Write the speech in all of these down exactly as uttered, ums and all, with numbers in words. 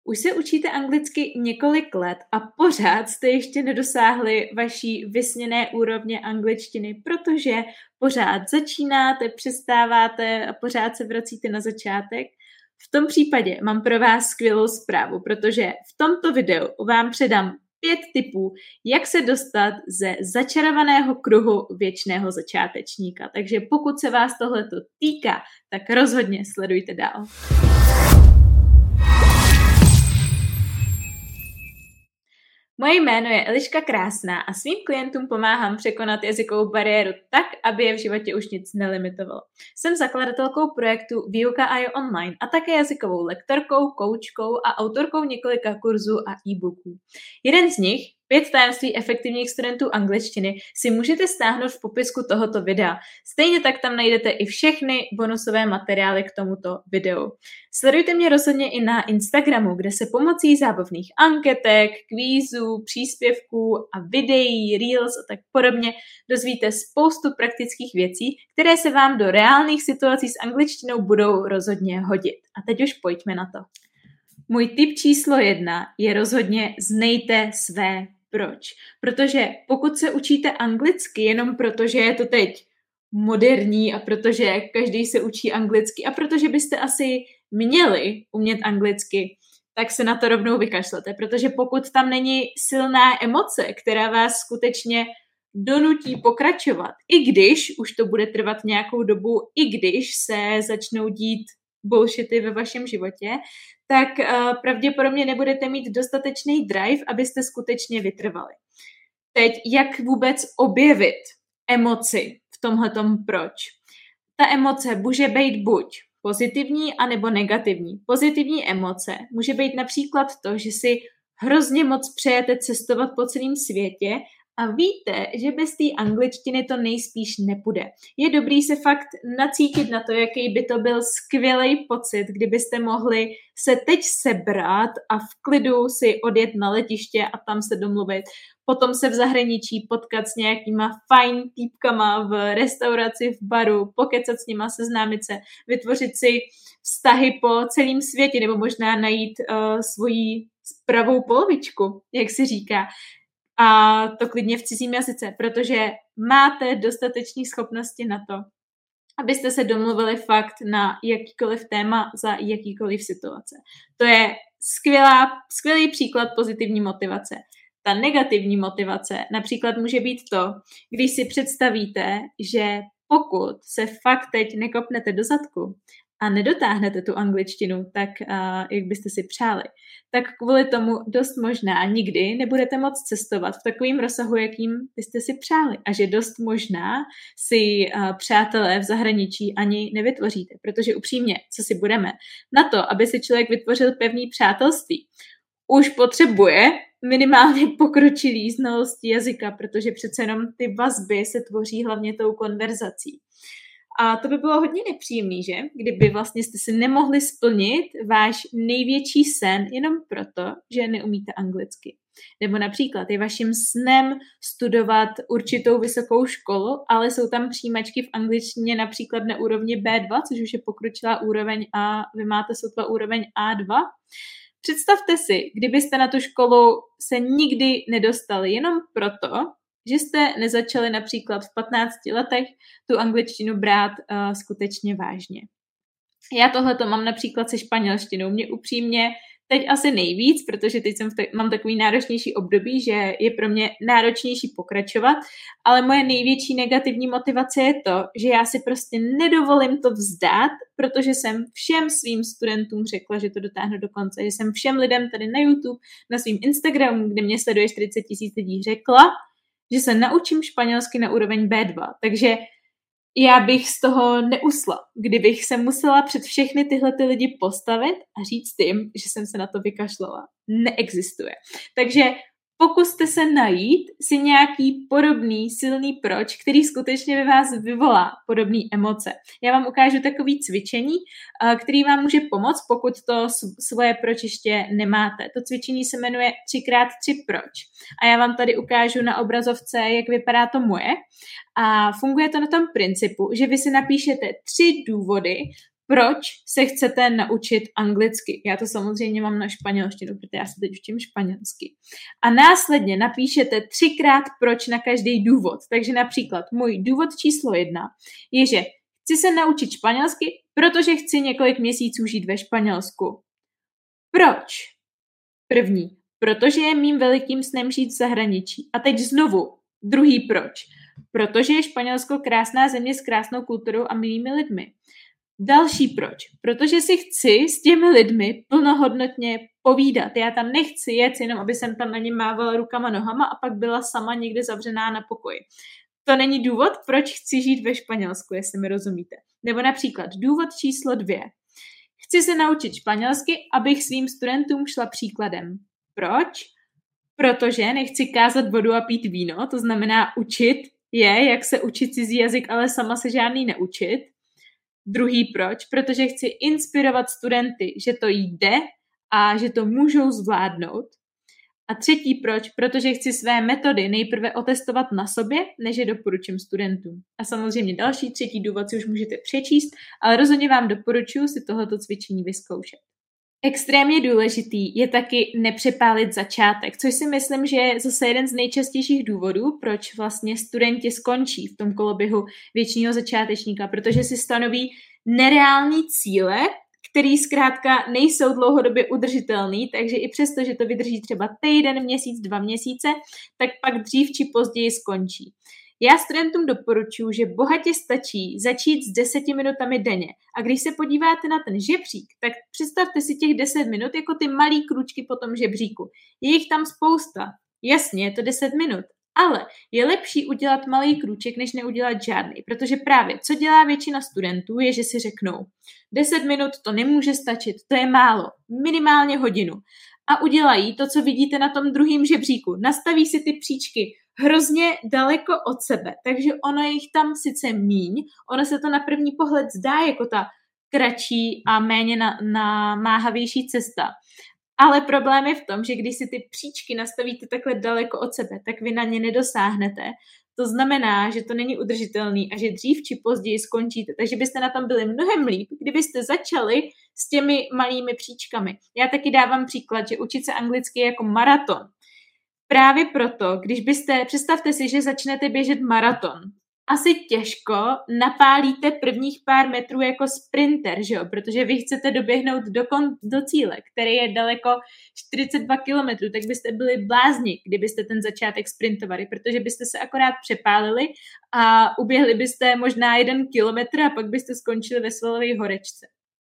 Už se učíte anglicky několik let a pořád jste ještě nedosáhli vaší vysněné úrovně angličtiny, protože pořád začínáte, přestáváte a pořád se vracíte na začátek. V tom případě mám pro vás skvělou zprávu, protože v tomto videu vám předám pět tipů, jak se dostat ze začarovaného kruhu věčného začátečníka. Takže pokud se vás tohleto týká, tak rozhodně sledujte dál. Moje jméno je Eliška Krásná a svým klientům pomáhám překonat jazykovou bariéru tak, aby je v životě už nic nelimitovalo. Jsem zakladatelkou projektu Výuka a je online a také jazykovou lektorkou, koučkou a autorkou několika kurzů a e-booků. Jeden z nich, Pět tajemství efektivních studentů angličtiny, si můžete stáhnout v popisku tohoto videa. Stejně tak tam najdete i všechny bonusové materiály k tomuto videu. Sledujte mě rozhodně i na Instagramu, kde se pomocí zábavných anketek, kvízů, příspěvků a videí, reels a tak podobně dozvíte spoustu praktických věcí, které se vám do reálných situací s angličtinou budou rozhodně hodit. A teď už pojďme na to. Můj tip číslo jedna je rozhodně znejte své proč. Protože pokud se učíte anglicky jenom proto, že je to teď moderní a protože každý se učí anglicky a protože byste asi měli umět anglicky, tak se na to rovnou vykašlete. Protože pokud tam není silná emoce, která vás skutečně donutí pokračovat, i když už to bude trvat nějakou dobu, i když se začnou dít bullshity ve vašem životě, tak uh, pravděpodobně nebudete mít dostatečný drive, abyste skutečně vytrvali. Teď, jak vůbec objevit emoci v tomhletom proč? Ta emoce může být buď pozitivní, anebo negativní. Pozitivní emoce může být například to, že si hrozně moc přejete cestovat po celém světě a víte, že bez té angličtiny to nejspíš nepůjde. Je dobrý se fakt nacítit na to, jaký by to byl skvělý pocit, kdybyste mohli se teď sebrat a v klidu si odjet na letiště a tam se domluvit. Potom se v zahraničí potkat s nějakýma fajn týpkama v restauraci, v baru, pokecat s nima, seznámit se, vytvořit si vztahy po celém světě nebo možná najít uh, svoji pravou polovičku, jak se říká. A to klidně v cizím jazyce, protože máte dostatečné schopnosti na to, abyste se domluvili fakt na jakýkoliv téma za jakýkoliv situace. To je skvělá, skvělý příklad pozitivní motivace. Ta negativní motivace například může být to, když si představíte, že pokud se fakt teď nekopnete do zadku a nedotáhnete tu angličtinu tak, uh, jak byste si přáli, tak kvůli tomu dost možná nikdy nebudete moct cestovat v takovém rozsahu, jakým byste si přáli. A že dost možná si uh, přátelé v zahraničí ani nevytvoříte. Protože upřímně, co si budeme, na to, aby si člověk vytvořil pevný přátelství, už potřebuje minimálně pokročilý znalosti jazyka, protože přece jenom ty vazby se tvoří hlavně tou konverzací. A to by bylo hodně nepříjemný, že? Kdyby vlastně jste si nemohli splnit váš největší sen jenom proto, že neumíte anglicky. Nebo například je vaším snem studovat určitou vysokou školu, ale jsou tam přijímačky v angličtině například na úrovni bé dva, což už je pokročilá úroveň a vy máte sotva úroveň á dva. Představte si, kdybyste na tu školu se nikdy nedostali jenom proto, že jste nezačali například v patnácti letech tu angličtinu brát uh, skutečně vážně. Já tohleto mám například se španělštinou. Mě upřímně teď asi nejvíc, protože teď jsem ta- mám takový náročnější období, že je pro mě náročnější pokračovat, ale moje největší negativní motivace je to, že já si prostě nedovolím to vzdát, protože jsem všem svým studentům řekla, že to dotáhnu do konce, že jsem všem lidem tady na YouTube, na svým Instagramu, kde mě sleduje čtyřicet tisíc lidí, řekla, že se naučím španělsky na úroveň bé dva. Takže já bych z toho neusla, kdybych se musela před všechny tyhle ty lidi postavit a říct jim, že jsem se na to vykašlala. Neexistuje. Takže pokuste se najít si nějaký podobný silný proč, který skutečně ve vás vyvolá podobné emoce. Já vám ukážu takový cvičení, který vám může pomoct, pokud to svoje proč ještě nemáte. To cvičení se jmenuje tři krát tři proč. A já vám tady ukážu na obrazovce, jak vypadá to moje. A funguje to na tom principu, že vy si napíšete tři důvody, proč se chcete naučit anglicky. Já to samozřejmě mám na španělštinu, protože já se teď učím španělsky. A následně napíšete třikrát proč na každý důvod. Takže například můj důvod číslo jedna je, že chci se naučit španělsky, protože chci několik měsíců žít ve Španělsku. Proč? První, protože je mým velikým snem žít v zahraničí. A teď znovu, druhý proč. Protože je Španělsko krásná země s krásnou kulturou a milými lidmi. Další proč. Protože si chci s těmi lidmi plnohodnotně povídat. Já tam nechci jet jenom, aby jsem tam na ně mávala rukama, nohama a pak byla sama někde zavřená na pokoji. To není důvod, proč chci žít ve Španělsku, jestli mi rozumíte. Nebo například důvod číslo dvě. Chci se naučit španělsky, abych svým studentům šla příkladem. Proč? Protože nechci kázat vodu a pít víno, to znamená učit je, jak se učit cizí jazyk, ale sama se žádný neučit. Druhý proč? Protože chci inspirovat studenty, že to jde a že to můžou zvládnout. A třetí proč? Protože chci své metody nejprve otestovat na sobě, než je doporučím studentům. A samozřejmě další třetí důvod si už můžete přečíst, ale rozhodně vám doporučuji si tohoto cvičení vyzkoušet. Extrémně důležitý je taky nepřepálit začátek, což si myslím, že je zase jeden z nejčastějších důvodů, proč vlastně studenti skončí v tom koloběhu věčního začátečníka, protože si stanoví nereální cíle, který zkrátka nejsou dlouhodobě udržitelný, takže i přesto, že to vydrží třeba týden, měsíc, dva měsíce, tak pak dřív či později skončí. Já studentům doporučuji, že bohatě stačí začít s deseti minutami denně. A když se podíváte na ten žebřík, tak představte si těch deset minut jako ty malý kručky po tom žebříku. Je jich tam spousta. Jasně, je to deset minut. Ale je lepší udělat malý krůček, než neudělat žádný, protože právě co dělá většina studentů je, že si řeknou deset minut to nemůže stačit, to je málo, minimálně hodinu. A udělají to, co vidíte na tom druhém žebříku. Nastaví si ty příčky hrozně daleko od sebe, takže ono je jich tam sice míň, ono se to na první pohled zdá jako ta kratší a méně namáhavější cesta. Ale problém je v tom, že když si ty příčky nastavíte takhle daleko od sebe, tak vy na ně nedosáhnete. To znamená, že to není udržitelný a že dřív či později skončíte. Takže byste na tom byli mnohem líp, kdybyste začali s těmi malými příčkami. Já taky dávám příklad, že učit se anglicky je jako maraton. Právě proto, když byste, představte si, že začnete běžet maraton, asi těžko napálíte prvních pár metrů jako sprinter, že jo? Protože vy chcete doběhnout do, kon, do cíle, který je daleko čtyřicet dva kilometrů, tak byste byli blázni, kdybyste ten začátek sprintovali, protože byste se akorát přepálili a uběhli byste možná jeden kilometr a pak byste skončili ve svalové horečce.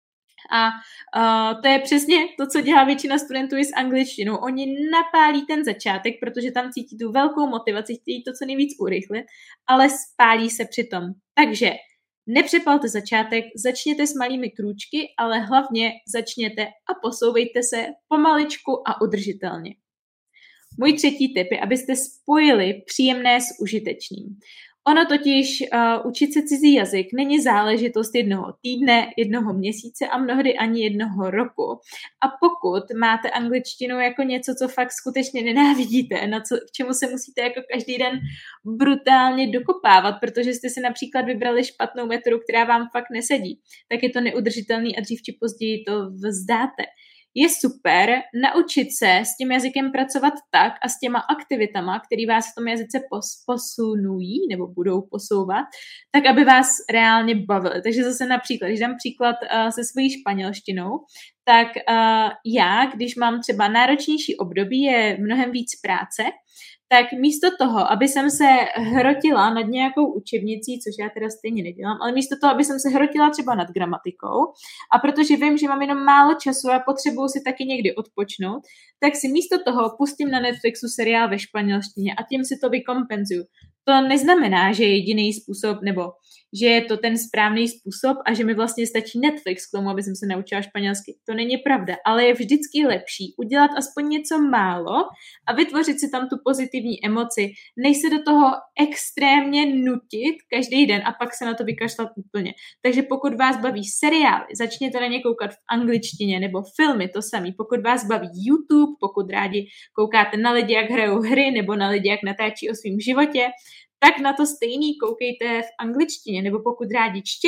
A uh, to je přesně to, co dělá většina studentů i s angličtinou. Oni napálí ten začátek, protože tam cítí tu velkou motivaci, chtějí to co nejvíc urychlit, ale spálí se přitom. Takže nepřepalte začátek, začněte s malými krůčky, ale hlavně začněte a posouvejte se pomaličku a udržitelně. Můj třetí tip je, abyste spojili příjemné s užitečným. Ono totiž uh, učit se cizí jazyk není záležitost jednoho týdne, jednoho měsíce a mnohdy ani jednoho roku. A pokud máte angličtinu jako něco, co fakt skutečně nenávidíte, na co, k čemu se musíte jako každý den brutálně dokopávat, protože jste si například vybrali špatnou metodu, která vám fakt nesedí, tak je to neudržitelný a dřív či později to vzdáte. Je super naučit se s tím jazykem pracovat tak a s těma aktivitama, které vás v tom jazyce pos- posunují nebo budou posouvat, tak aby vás reálně bavily. Takže zase například, když dám příklad uh, se svojí španělštinou, tak uh, já, když mám třeba náročnější období, je mnohem víc práce, tak místo toho, aby jsem se hrotila nad nějakou učebnicí, což já teda stejně nedělám, ale místo toho, aby jsem se hrotila třeba nad gramatikou, a protože vím, že mám jenom málo času a potřebuju si taky někdy odpočnout, tak si místo toho pustím na Netflixu seriál ve španělštině a tím si to vykompenzuju. To neznamená, že je jediný způsob, nebo že je to ten správný způsob a že mi vlastně stačí Netflix k tomu, aby jsem se naučila španělsky. To není pravda, ale je vždycky lepší udělat aspoň něco málo a vytvořit si tam tu pozitivní emoci, než se do toho extrémně nutit každý den a pak se na to vykašlat úplně. Takže pokud vás baví seriály, začněte na ně koukat v angličtině, nebo filmy, to samý. Pokud vás baví YouTube, pokud rádi koukáte na lidi, jak hrajou hry, nebo na lidi, jak natáčí o svém životě, tak na to stejný koukejte v angličtině, nebo pokud rádi čtěte,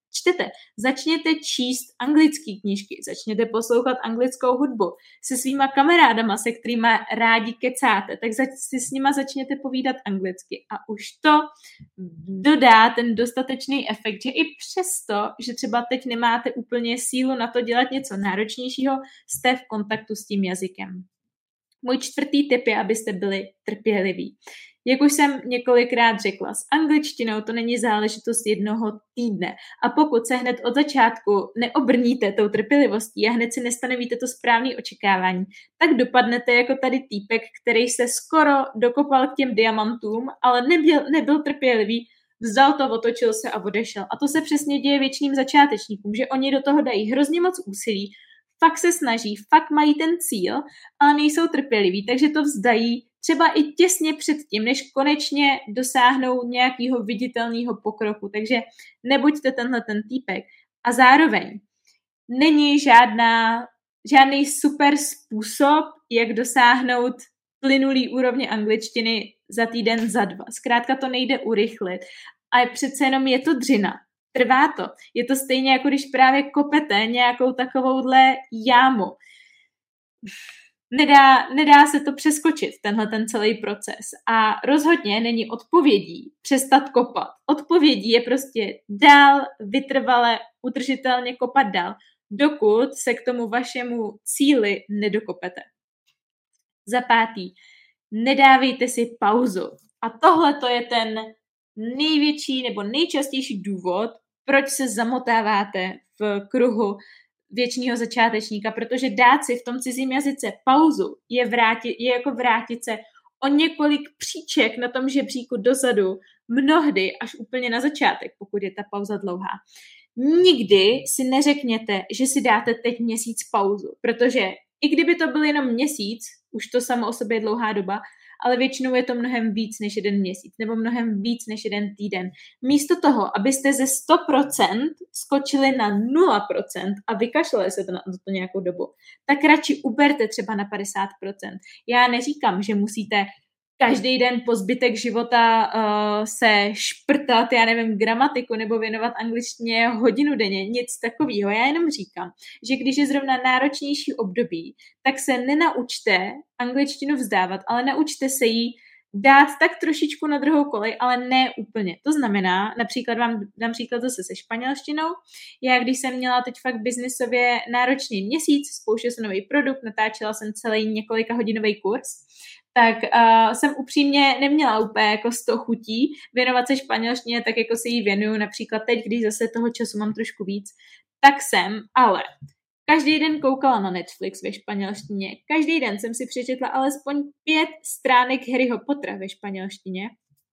čtete, začněte číst anglické knížky, začněte poslouchat anglickou hudbu, se svýma kamarádama, se kterými rádi kecáte, tak si s nima začněte povídat anglicky a už to dodá ten dostatečný efekt, že i přesto, že třeba teď nemáte úplně sílu na to dělat něco náročnějšího, jste v kontaktu s tím jazykem. Můj čtvrtý tip je, abyste byli trpěliví. Jak už jsem několikrát řekla, s angličtinou to není záležitost jednoho týdne. A pokud se hned od začátku neobrníte tou trpělivostí a hned si nestanovíte to správné očekávání, tak dopadnete jako tady týpek, který se skoro dokopal k těm diamantům, ale nebyl, nebyl trpělivý, vzdal to, otočil se a odešel. A to se přesně děje většiným začátečníkům, že oni do toho dají hrozně moc úsilí, fakt se snaží, fakt mají ten cíl, ale nejsou trpěliví, takže to vzdají třeba i těsně před tím, než konečně dosáhnou nějakého viditelného pokroku. Takže nebuďte tenhle ten týpek. A zároveň není žádná, žádný super způsob, jak dosáhnout plynulý úrovně angličtiny za týden, za dva. Zkrátka to nejde urychlit. A přece jenom je to dřina. Trvá to. Je to stejně, jako když právě kopete nějakou takovouhle jámu. Nedá, nedá se to přeskočit, tenhle ten celý proces. A rozhodně není odpovědí přestat kopat. Odpovědí je prostě dál, vytrvale, udržitelně kopat dál, dokud se k tomu vašemu cíli nedokopete. Za pátý, nedávejte si pauzu. A tohle to je ten největší nebo nejčastější důvod, proč se zamotáváte v kruhu věčního začátečníka, protože dát si v tom cizím jazyce pauzu je, vrátit, je jako vrátit se o několik příček na tom žebříku dozadu, mnohdy až úplně na začátek, pokud je ta pauza dlouhá. Nikdy si neřekněte, že si dáte teď měsíc pauzu, protože i kdyby to byl jenom měsíc, už to samo o sobě je dlouhá doba, ale většinou je to mnohem víc než jeden měsíc, nebo mnohem víc než jeden týden. Místo toho, abyste ze sto procent skočili na nula procent a vykašlali se to na to nějakou dobu, tak radši uberte třeba na padesát procent. Já neříkám, že musíte každý den po zbytek života uh, se šprtat, já nevím, gramatiku nebo věnovat angličtině hodinu denně, nic takového. Já jenom říkám, že když je zrovna náročnější období, tak se nenaučte angličtinu vzdávat, ale naučte se jí dát tak trošičku na druhou kolej, ale ne úplně. To znamená, například vám dám příklad zase se španělštinou. Já když jsem měla teď fakt biznisově náročný měsíc, zkoušela jsem nový produkt, natáčela jsem celý několika hodinový kurz, tak uh, jsem upřímně neměla úplně jako sto chutí věnovat se španělštině, tak jako se jí věnuju například teď, když zase toho času mám trošku víc, tak jsem, ale každý den koukala na Netflix ve španělštině, každý den jsem si přečetla alespoň pět stránek Harryho Pottera ve španělštině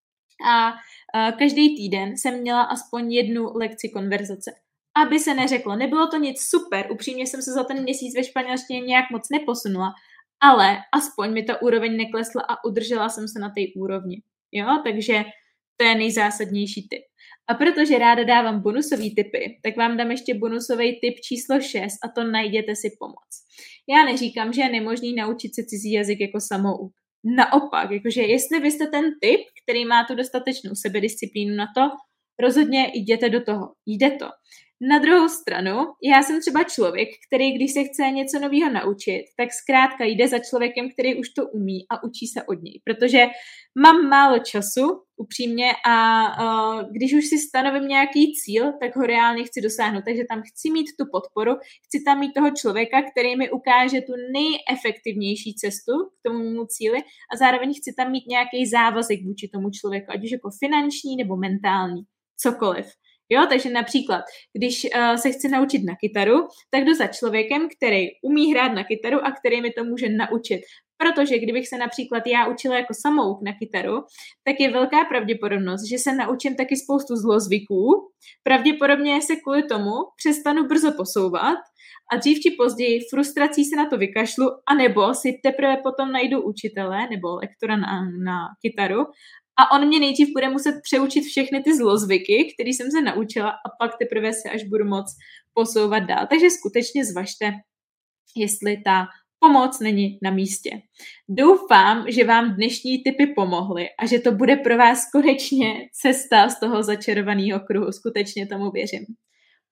a uh, každý týden jsem měla aspoň jednu lekci konverzace. Aby se neřeklo, nebylo to nic super, upřímně jsem se za ten měsíc ve španělštině nějak moc neposunula, ale aspoň mi ta úroveň neklesla a udržela jsem se na té úrovni. Jo, takže to je nejzásadnější tip. A protože ráda dávám bonusový tipy, tak vám dám ještě bonusový tip číslo šest a to najděte si pomoc. Já neříkám, že je nemožný naučit se cizí jazyk jako samouk. Naopak, jakože jestli vy jste ten typ, který má tu dostatečnou sebedisciplínu na to, rozhodně jděte do toho. Jde to. Na druhou stranu, já jsem třeba člověk, který když se chce něco nového naučit, tak zkrátka jde za člověkem, který už to umí a učí se od něj. Protože mám málo času, upřímně, a uh, když už si stanovím nějaký cíl, tak ho reálně chci dosáhnout. Takže tam chci mít tu podporu, chci tam mít toho člověka, který mi ukáže tu nejefektivnější cestu k tomu mému cíli a zároveň chci tam mít nějaký závazek vůči tomu člověku, ať už jako finanční nebo mentální, cokoliv. Jo, takže například, když uh, se chci naučit na kytaru, tak jdu za člověkem, který umí hrát na kytaru a který mi to může naučit. Protože kdybych se například já učila jako samouk na kytaru, tak je velká pravděpodobnost, že se naučím taky spoustu zlozvyků. Pravděpodobně se kvůli tomu přestanu brzo posouvat a dřív či později frustrací se na to vykašlu, anebo si teprve potom najdu učitele nebo lektora na, na kytaru a on mě nejdřív bude muset přeučit všechny ty zlozvyky, které jsem se naučila a pak teprve se až budu moc posouvat dál. Takže skutečně zvažte, jestli ta pomoc není na místě. Doufám, že vám dnešní tipy pomohly a že to bude pro vás konečně cesta z toho začarovaného kruhu. Skutečně tomu věřím.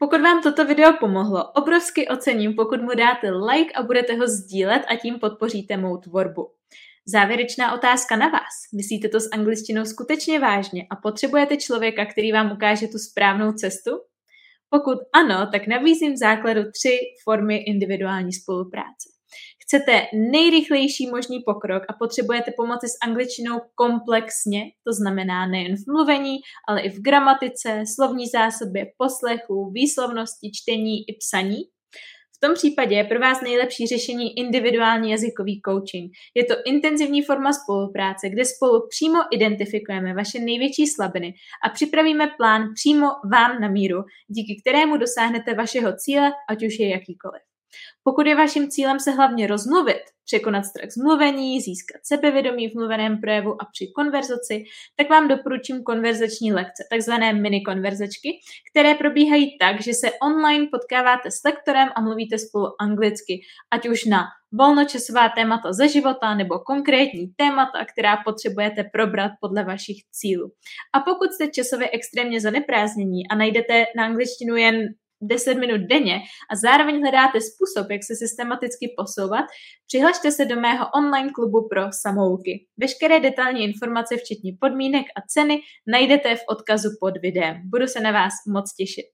Pokud vám toto video pomohlo, obrovsky ocením, pokud mu dáte like a budete ho sdílet a tím podpoříte mou tvorbu. Závěrečná otázka na vás. Myslíte to s angličtinou skutečně vážně a potřebujete člověka, který vám ukáže tu správnou cestu? Pokud ano, tak nabízím v základu tři formy individuální spolupráce. Chcete nejrychlejší možný pokrok a potřebujete pomoci s angličtinou komplexně, to znamená nejen v mluvení, ale i v gramatice, slovní zásobě, poslechu, výslovnosti, čtení i psaní? V tom případě je pro vás nejlepší řešení individuální jazykový coaching. Je to intenzivní forma spolupráce, kde spolu přímo identifikujeme vaše největší slabiny a připravíme plán přímo vám na míru, díky kterému dosáhnete vašeho cíle, ať už je jakýkoliv. Pokud je vaším cílem se hlavně rozmluvit, překonat strach z mluvení, získat sebevědomí v mluveném projevu a při konverzaci, tak vám doporučím konverzační lekce, takzvané mini konverzačky, které probíhají tak, že se online potkáváte s lektorem a mluvíte spolu anglicky, ať už na volnočasová témata ze života nebo konkrétní témata, která potřebujete probrat podle vašich cílů. A pokud jste časově extrémně zaneprázdnění a najdete na angličtinu jen deset minut denně a zároveň hledáte způsob, jak se systematicky posouvat, přihlašte se do mého online klubu pro samouky. Veškeré detailní informace, včetně podmínek a ceny, najdete v odkazu pod videem. Budu se na vás moc těšit.